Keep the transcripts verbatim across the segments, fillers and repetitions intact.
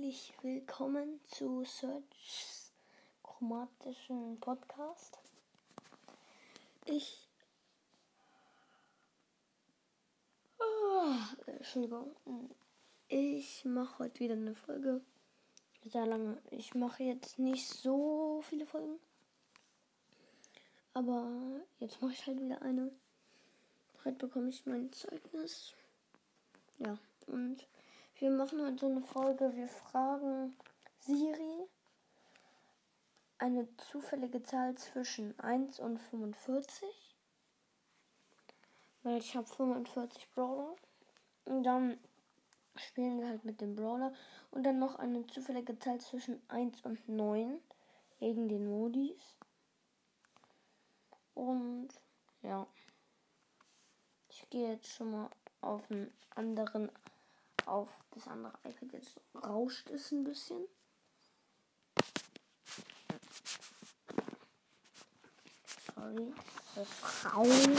herzlich willkommen zu Searchs chromatischen Podcast. Ich oh, Entschuldigung. Ich mache heute wieder eine Folge. Sehr lange. Ich mache jetzt nicht so viele Folgen. Aber jetzt mache ich halt wieder eine. Heute bekomme ich mein Zeugnis. Ja, und wir machen heute so eine Folge. Wir fragen Siri eine zufällige Zahl zwischen eins und fünfundvierzig. Weil ich habe fünfundvierzig Brawler. Und dann spielen wir halt mit dem Brawler. Und dann noch eine zufällige Zahl zwischen eins und neun. Wegen den Modis. Und ja. Ich gehe jetzt schon mal auf einen anderen, auf das andere iPad. Jetzt rauscht es ein bisschen. Sorry, das Raum.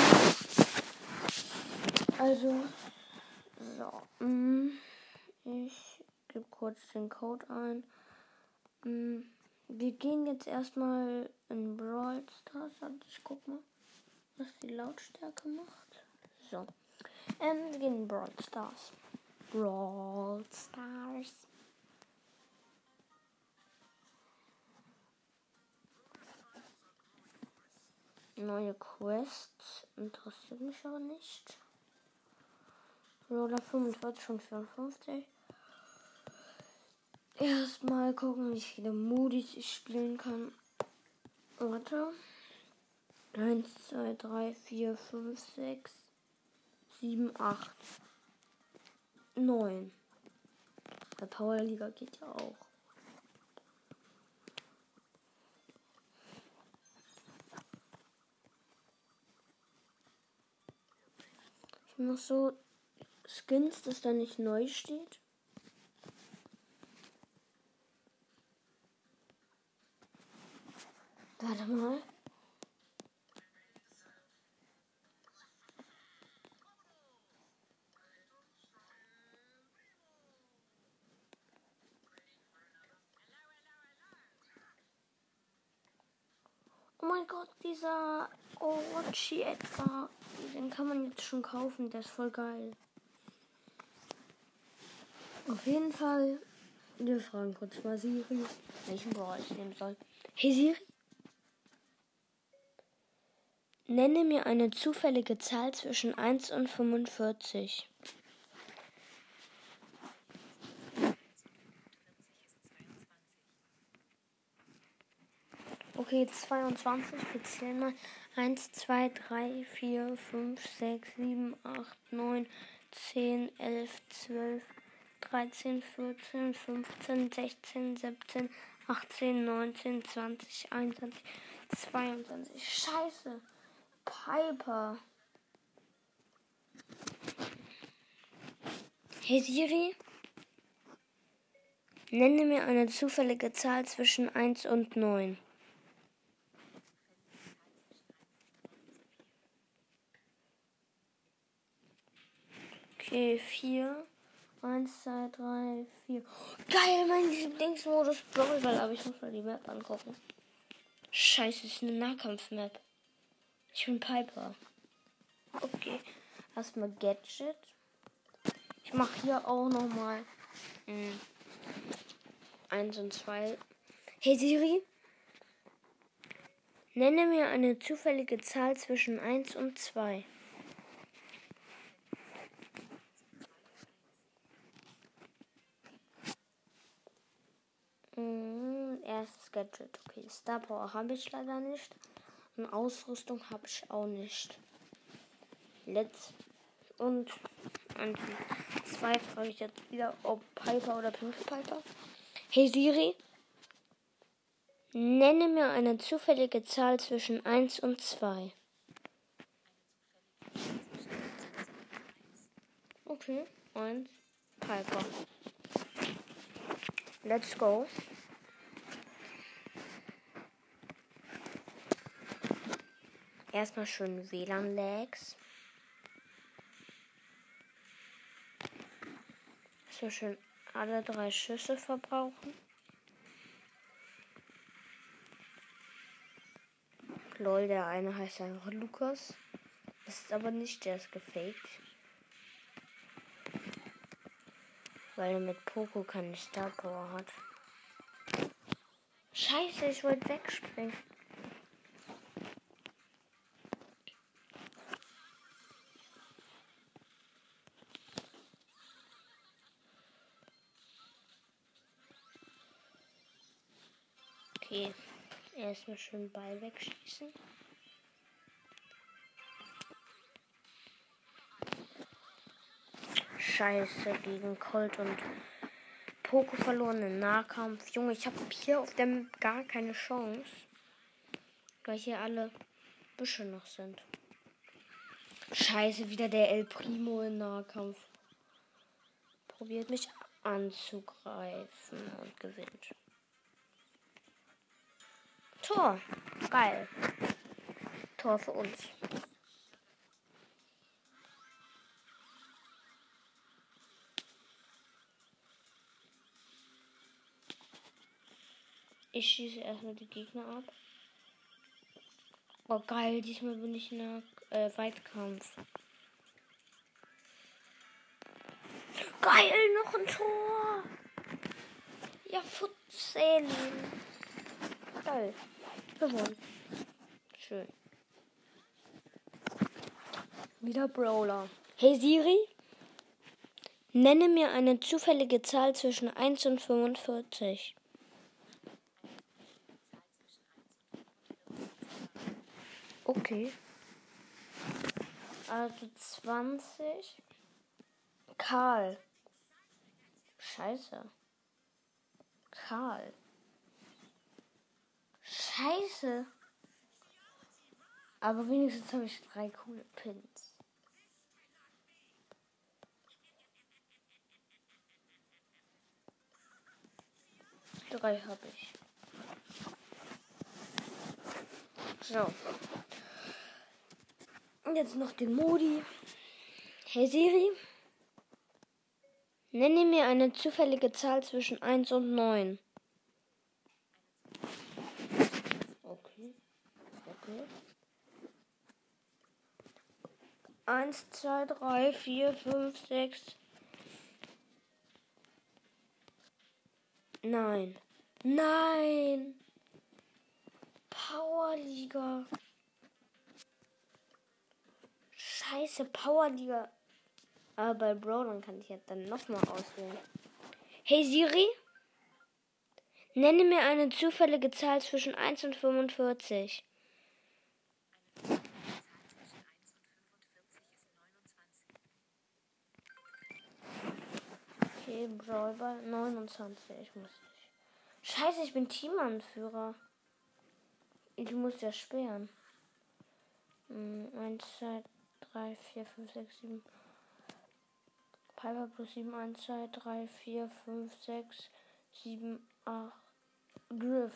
Also, so, mh, ich gebe kurz den Code ein. Mh, wir gehen jetzt erstmal in Brawl Stars. Also ich guck mal, was die Lautstärke macht. So, ähm, wir gehen in Brawl Stars. Brawl Stars. Neue Quests interessiert mich aber nicht. Brawler fünfundvierzig und vierundfünfzig. Erstmal gucken, wie viele Modis ich spielen kann. Warte. eins, zwei, drei, vier, fünf, sechs, sieben, acht, neun. Der Powerliga geht ja auch. Ich mache so Skins, dass da nicht neu steht. Warte mal. Oh mein Gott, dieser Orochi etwa. Den kann man jetzt schon kaufen, der ist voll geil. Auf jeden Fall, wir fragen kurz mal Siri, welchen Brawl ich nehmen soll. Hey Siri, nenne mir eine zufällige Zahl zwischen eins und fünfundvierzig. Okay, zweiundzwanzig, wir zählen mal. eins, zwei, drei, vier, fünf, sechs, sieben, acht, neun, zehn, elf, zwölf, dreizehn, vierzehn, fünfzehn, sechzehn, siebzehn, achtzehn, neunzehn, zwanzig, einundzwanzig, zweiundzwanzig. Scheiße. Piper. Hey Siri, nenne mir eine zufällige Zahl zwischen eins und neun. Okay, vier. eins, zwei, drei, vier. Geil, mein Lieblingsmodus Brawl, aber ich muss mal die Map angucken. Scheiße, ist eine Nahkampf-Map. Ich bin Piper. Okay, erstmal Gadget. Ich mache hier auch nochmal eins und zwei. Hey Siri, nenne mir eine zufällige Zahl zwischen eins und zwei. Erstes Gadget. Okay, Star Power habe ich leider nicht. Und Ausrüstung habe ich auch nicht. Let's. Und an die zwei frage ich jetzt wieder, ob Piper oder Pink Piper. Hey Siri, nenne mir eine zufällige Zahl zwischen eins und zwei. Okay, eins. Piper. Let's go. Erstmal schön W L A N-Lags. So schön alle drei Schüsse verbrauchen. Lol, der eine heißt einfach Lukas. Das ist aber nicht, der ist gefaked. Weil er mit Poco keine Star Power hat. Scheiße, ich wollte wegspringen. Okay, erstmal schön Ball wegschießen. Scheiße, gegen Colt und Poco verloren im Nahkampf. Junge, ich habe hier auf der Map gar keine Chance. Weil hier alle Büsche noch sind. Scheiße, wieder der El Primo im Nahkampf. Probiert mich anzugreifen und gewinnt. Tor. Geil. Tor für uns. Ich schieße erstmal die Gegner ab. Oh geil, diesmal bin ich in der äh, Weitkampf. Geil, noch ein Tor. Ja, Futsal. Geil. Gewonnen. Schön. Wieder Brawler. Hey Siri, nenne mir eine zufällige Zahl zwischen eins und fünfundvierzig. Okay. Also zwanzig. Karl. Scheiße. Karl. Scheiße. Aber wenigstens habe ich drei coole Pins. Drei habe ich. So. Und jetzt noch den Modi. Hey Siri, nenne mir eine zufällige Zahl zwischen eins und neun. Okay. Okay. eins, zwei, drei, vier, fünf, sechs. Nein. Nein. Powerliga. Scheiße, Powerliga. Aber bei Brawlern kann ich jetzt dann nochmal auswählen. Hey Siri, nenne mir eine zufällige Zahl zwischen eins und fünfundvierzig. Okay, Brawlball neunundzwanzig. Ich muss nicht. Scheiße, ich bin Teamanführer. Ich muss ja sperren. eins, zwei, drei, vier, fünf, sechs, sieben. Piper plus sieben, eins, zwei, drei, vier, fünf, sechs, sieben, acht. Griff.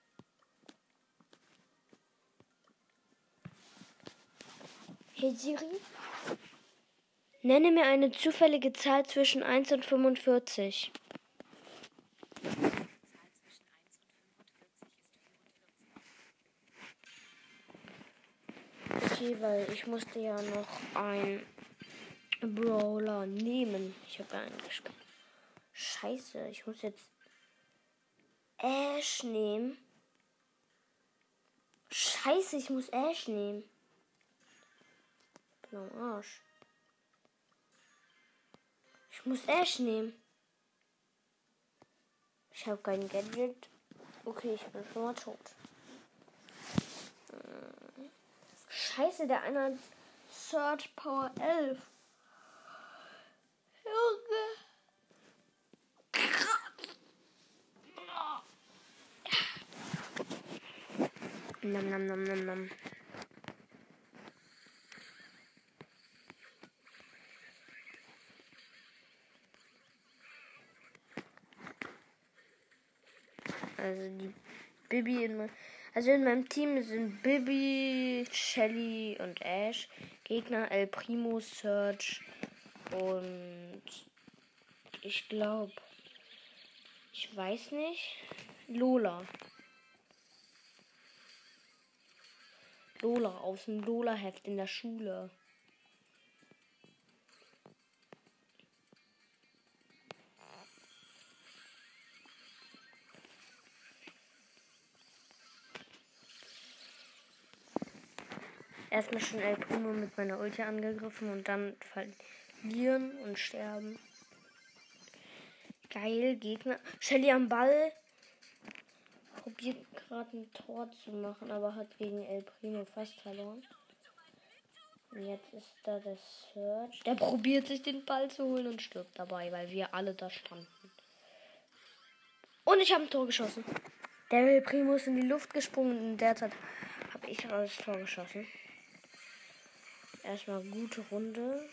Hey Siri, nenne mir eine zufällige Zahl zwischen eins und fünfundvierzig. Okay, weil ich musste ja noch ein Brawler nehmen. Ich habe ja einen gespielt. Scheiße, ich muss jetzt Ash nehmen. Scheiße, ich muss Ash nehmen. Ich bin am Arsch. Ich muss Ash nehmen. Ich habe kein Gadget. Okay, ich bin schon mal tot. Scheiße, der eine hat Search Power elf. Junge. Nam, nam, nam, nam, nam. Also die Bibi in, also in meinem Team sind Bibi, Shelly und Ash. Gegner El Primo, Search und ich glaube Ich weiß nicht. Lola. Lola aus dem Lola-Heft in der Schule. Erstmal schon El Primo mit meiner Ulti angegriffen und dann verlieren und sterben. Geil, Gegner. Shelly am Ball. Probiert gerade ein Tor zu machen, aber hat gegen El Primo fast verloren. Und jetzt ist da der Search. Der probiert sich den Ball zu holen und stirbt dabei, weil wir alle da standen. Und ich habe ein Tor geschossen. Der El Primo ist in die Luft gesprungen und in der Zeit habe ich das Tor geschossen. Erstmal gute Runde.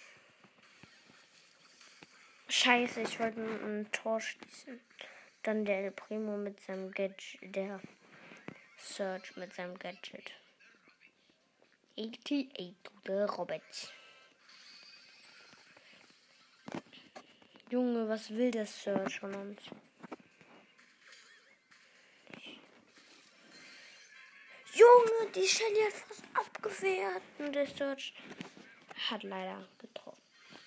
Scheiße, ich wollte ein Tor schießen. Dann der El Primo mit seinem Gadget. Der Search mit seinem Gadget. achtundachtzig gute Roberts. Junge, was will der Search von uns? Junge, die Shelly hat fast abgewehrt. Und der Search hat leider getroffen.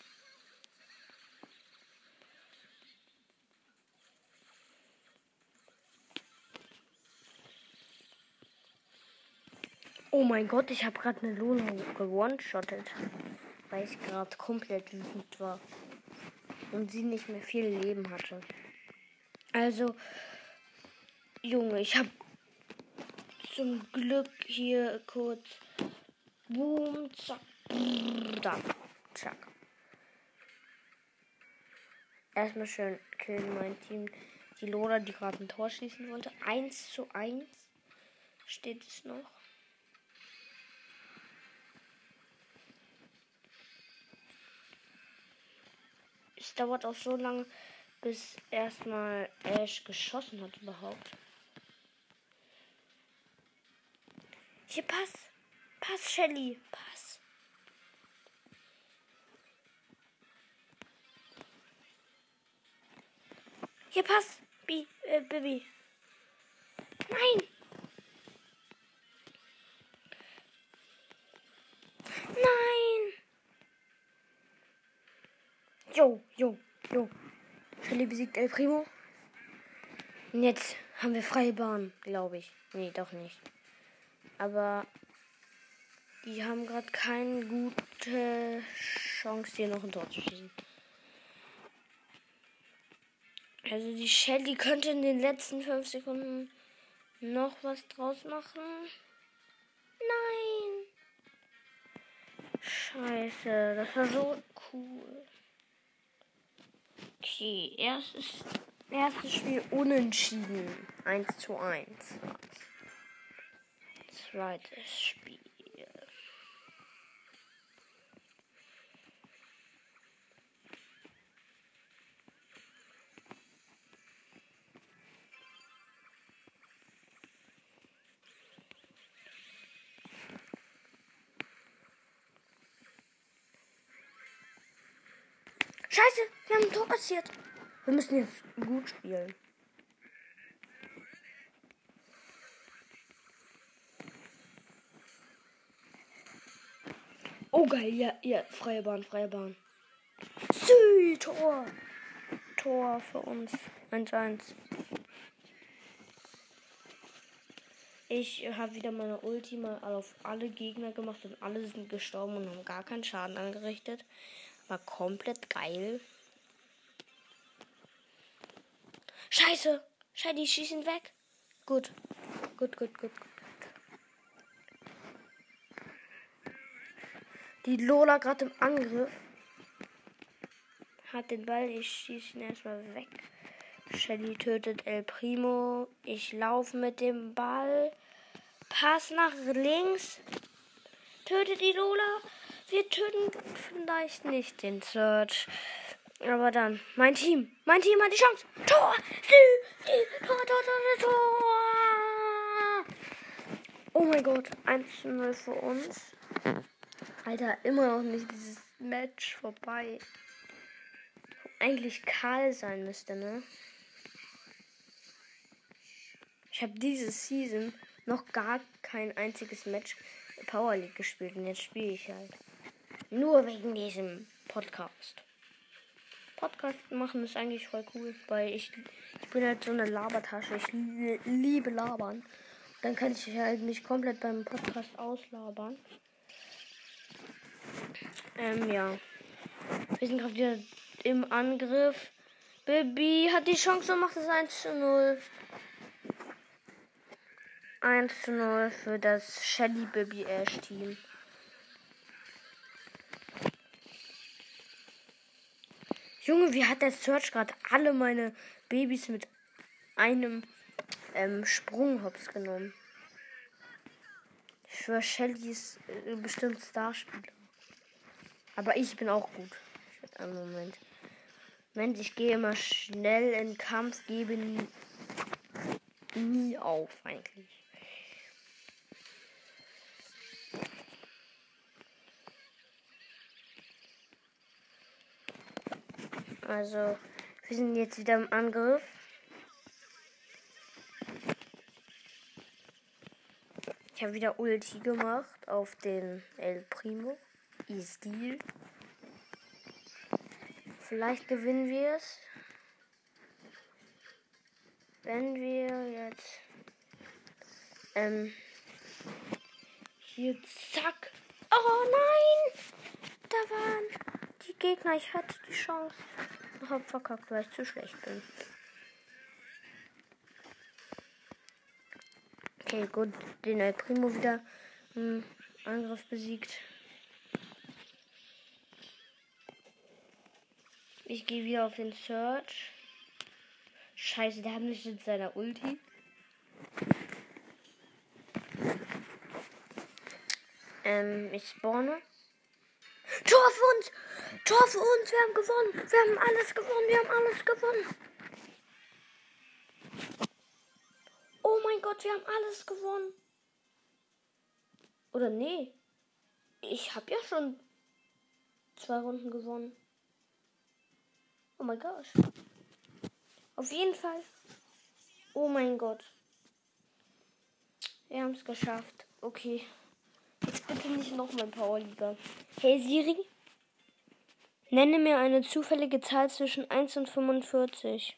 Oh mein Gott, ich habe gerade eine Lola gewone-shottet, weil ich gerade komplett wütend war und sie nicht mehr viel Leben hatte. Also, Junge, ich habe zum Glück hier kurz boom, zack, brrr, da, zack. Erstmal schön killen mein Team die Lola, die gerade ein Tor schießen wollte. eins zu eins steht es noch. Es dauert auch so lange, bis erstmal Ash geschossen hat überhaupt. Hier, Pass. Pass, Shelly. Pass. Hier, Pass. Bi, äh, Bibi. Nein. Nein. Jo, jo, jo. Shelly besiegt El Primo. Und jetzt haben wir freie Bahn, glaube ich. Nee, doch nicht. Aber die haben gerade keine gute Chance, hier noch ein Tor zu schießen. Also die Shelly könnte in den letzten fünf Sekunden noch was draus machen. Nein. Scheiße, das war so cool. Okay, erstes, erstes Spiel unentschieden. eins zu eins. Zweites Spiel. Scheiße, wir haben ein Tor passiert. Wir müssen jetzt gut spielen. Oh geil, ja, ja, freie Bahn, freie Bahn. Sü, Tor. Tor für uns. eins eins. Ich habe wieder meine Ulti mal auf alle Gegner gemacht und alle sind gestorben und haben gar keinen Schaden angerichtet. War komplett geil. Scheiße. Scheiße, die schießen weg. Gut. Gut, gut, gut, gut. Die Lola gerade im Angriff. Hat den Ball. Ich schieße ihn erstmal weg. Shelly tötet El Primo. Ich laufe mit dem Ball. Pass nach links. Tötet die Lola. Wir töten vielleicht nicht den Search. Aber dann, mein Team. Mein Team hat die Chance. Tor! Tor, Tor, Tor, Tor, Tor! Oh mein Gott. eins zu null für uns. Alter, immer noch nicht dieses Match vorbei. Eigentlich Karl sein müsste, ne? Ich habe diese Season noch gar kein einziges Match Power League gespielt. Und jetzt spiele ich halt. Nur wegen diesem Podcast. Podcast machen ist eigentlich voll cool, weil ich, ich bin halt so eine Labertasche. Ich li- liebe labern. Dann kann ich halt mich komplett beim Podcast auslabern. Ähm, ja. Wir sind gerade wieder im Angriff. Baby hat die Chance und macht es eins zu null. eins zu null für das Shelly Baby Ash Team. Junge, wie hat der Search gerade alle meine Babys mit einem ähm, Sprung hops genommen? Ich schwör, Shelly ist äh, bestimmt Starspieler. Aber ich bin auch gut. Einen Moment. Moment, ich gehe immer schnell in Kampf, gebe nie, nie auf eigentlich. Also, wir sind jetzt wieder im Angriff. Ich habe wieder Ulti gemacht auf den El Primo. E-Stil. Vielleicht gewinnen wir es. Wenn wir jetzt ähm, hier zack. Oh nein! Da waren die Gegner. Ich hatte die Chance. Ich hab verkackt, weil ich zu schlecht bin. Okay, gut. Den El Primo wieder im Angriff besiegt. Ich gehe wieder auf den Search. Scheiße, der hat mich mit seiner Ulti. Ähm, ich spawne. Tor für uns! Tor für uns! Wir haben gewonnen! Wir haben alles gewonnen! Wir haben alles gewonnen! Oh mein Gott, wir haben alles gewonnen! Oder nee? Ich habe ja schon zwei Runden gewonnen. Oh mein Gott. Auf jeden Fall. Oh mein Gott. Wir haben es geschafft. Okay. Jetzt bitte nicht nochmal Powerliga. Hey Siri, nenne mir eine zufällige Zahl zwischen eins und fünfundvierzig.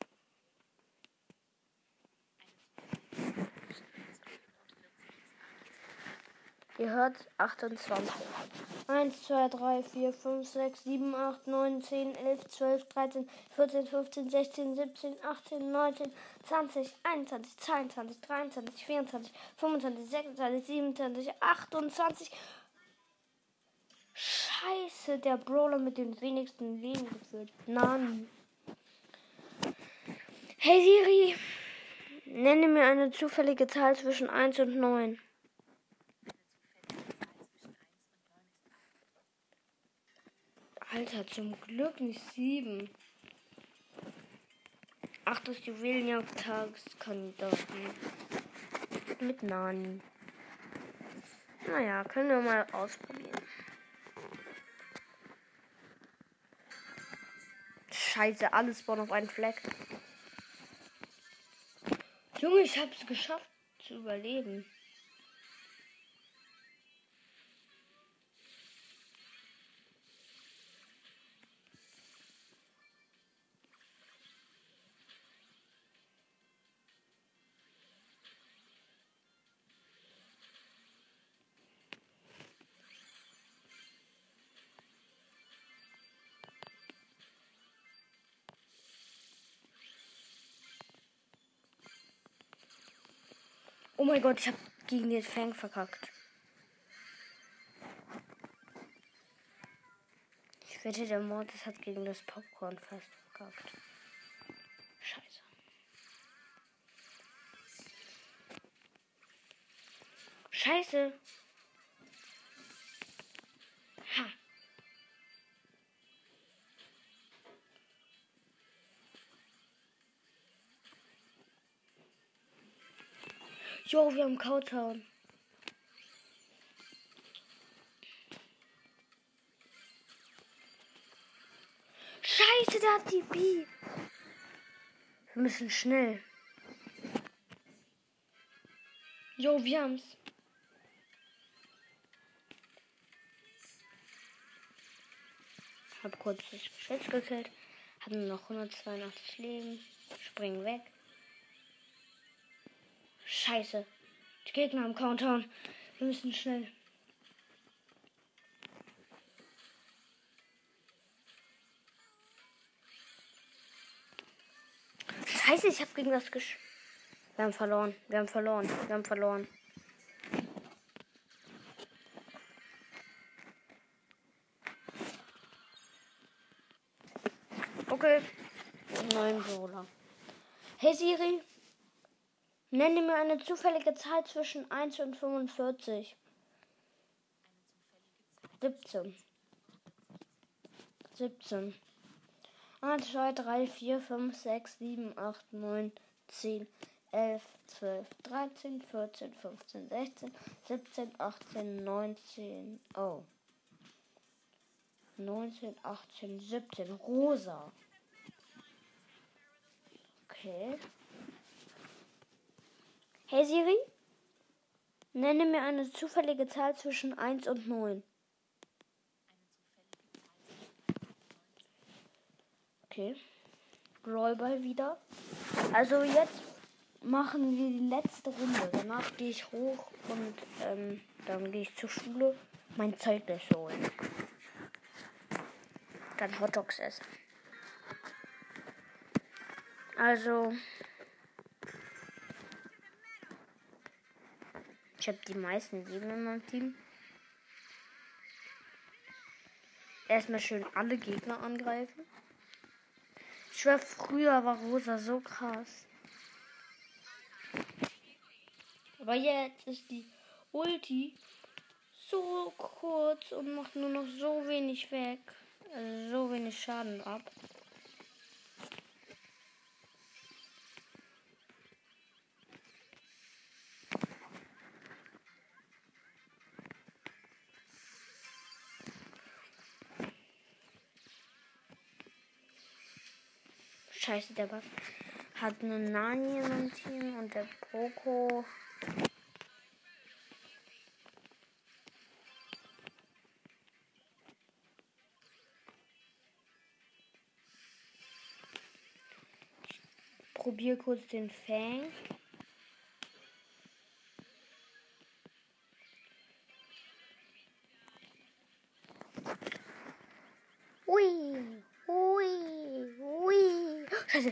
Ihr hört achtundzwanzig. eins, zwei, drei, vier, fünf, sechs, sieben, acht, neun, zehn, elf, zwölf, dreizehn, vierzehn, fünfzehn, sechzehn, siebzehn, achtzehn, neunzehn, zwanzig, einundzwanzig, zweiundzwanzig, dreiundzwanzig, vierundzwanzig, fünfundzwanzig, sechsundzwanzig, siebenundzwanzig, achtundzwanzig. Scheiße, der Brawler mit den wenigsten Leben geführt. Nani. Hey Siri, nenne mir eine zufällige Zahl zwischen eins und neun. Alter, zum Glück nicht sieben. Ach, das Juwelenjagd-Tagskandidaten. Mit Nani. Naja, können wir mal ausprobieren. Scheiße, alles spawnen auf einen Fleck. Junge, ich hab's geschafft zu überleben. Oh mein Gott, ich hab gegen den Fang verkackt. Ich wette, der Mortis hat gegen das Popcorn fast verkackt. Scheiße. Scheiße. Ha. Jo, wir haben Cowtown. Scheiße, der hat die B. Wir müssen schnell. Jo, wir haben's. Hab kurz das Geschütz gekillt. Hatten noch hundertzweiundachtzig Leben. Springen weg. Scheiße. Die Gegner am Countdown. Wir müssen schnell. Scheiße, ich hab gegen das Gesch... Wir haben verloren. Wir haben verloren. Wir haben verloren. Okay. Neun Brawler. Hey Siri. Nenne mir eine zufällige Zahl zwischen eins und fünfundvierzig. siebzehn. siebzehn. eins, zwei, drei, vier, fünf, sechs, sieben, acht, neun, zehn, elf, zwölf, dreizehn, vierzehn, fünfzehn, sechzehn, siebzehn, achtzehn, neunzehn. Oh. neunzehn, achtzehn, siebzehn. Rosa. Okay. Hey Siri, nenne mir eine zufällige Zahl zwischen eins und neun. Okay. Rollball wieder. Also jetzt machen wir die letzte Runde. Danach gehe ich hoch und ähm, dann gehe ich zur Schule mein Zeugnis holen. Dann Hotdogs essen. Also ich habe die meisten Leben in meinem Team. Erstmal schön alle Gegner angreifen. Ich schwör, früher war Rosa so krass. Aber jetzt ist die Ulti so kurz und macht nur noch so wenig weg. Also so wenig Schaden ab. Scheiße, der Bug hat eine Nani im Team und der Poco. Ich probiere kurz den Fang. Ui, ui, ui. Scheiße.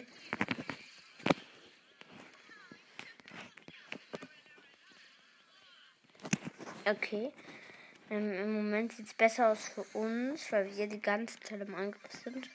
Okay. Ähm, Im Moment sieht es besser aus für uns, weil wir die ganze Zeit im Angriff sind.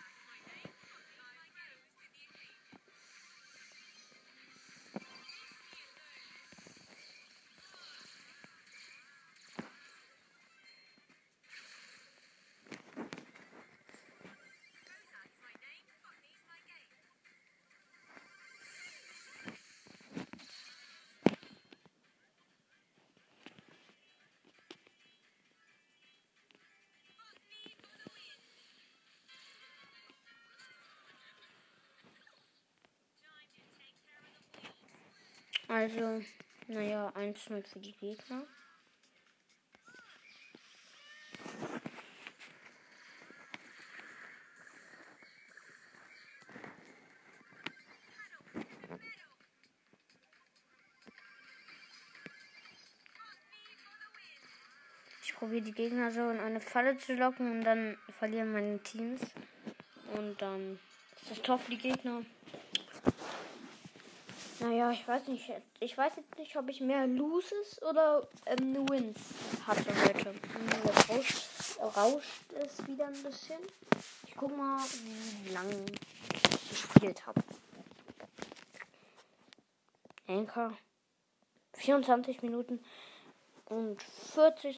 Also, naja, eins null für die Gegner. Ich probiere die Gegner so in eine Falle zu locken und dann verlieren meine Teams. Und dann ist das Tor für die Gegner. Naja, ich weiß nicht. Ich weiß jetzt nicht, ob ich mehr Loses oder ähm, Wins hatte heute. Jetzt rauscht, rauscht es wieder ein bisschen. Ich guck mal, wie lange ich gespielt habe. Anchor. vierundzwanzig Minuten und vierzig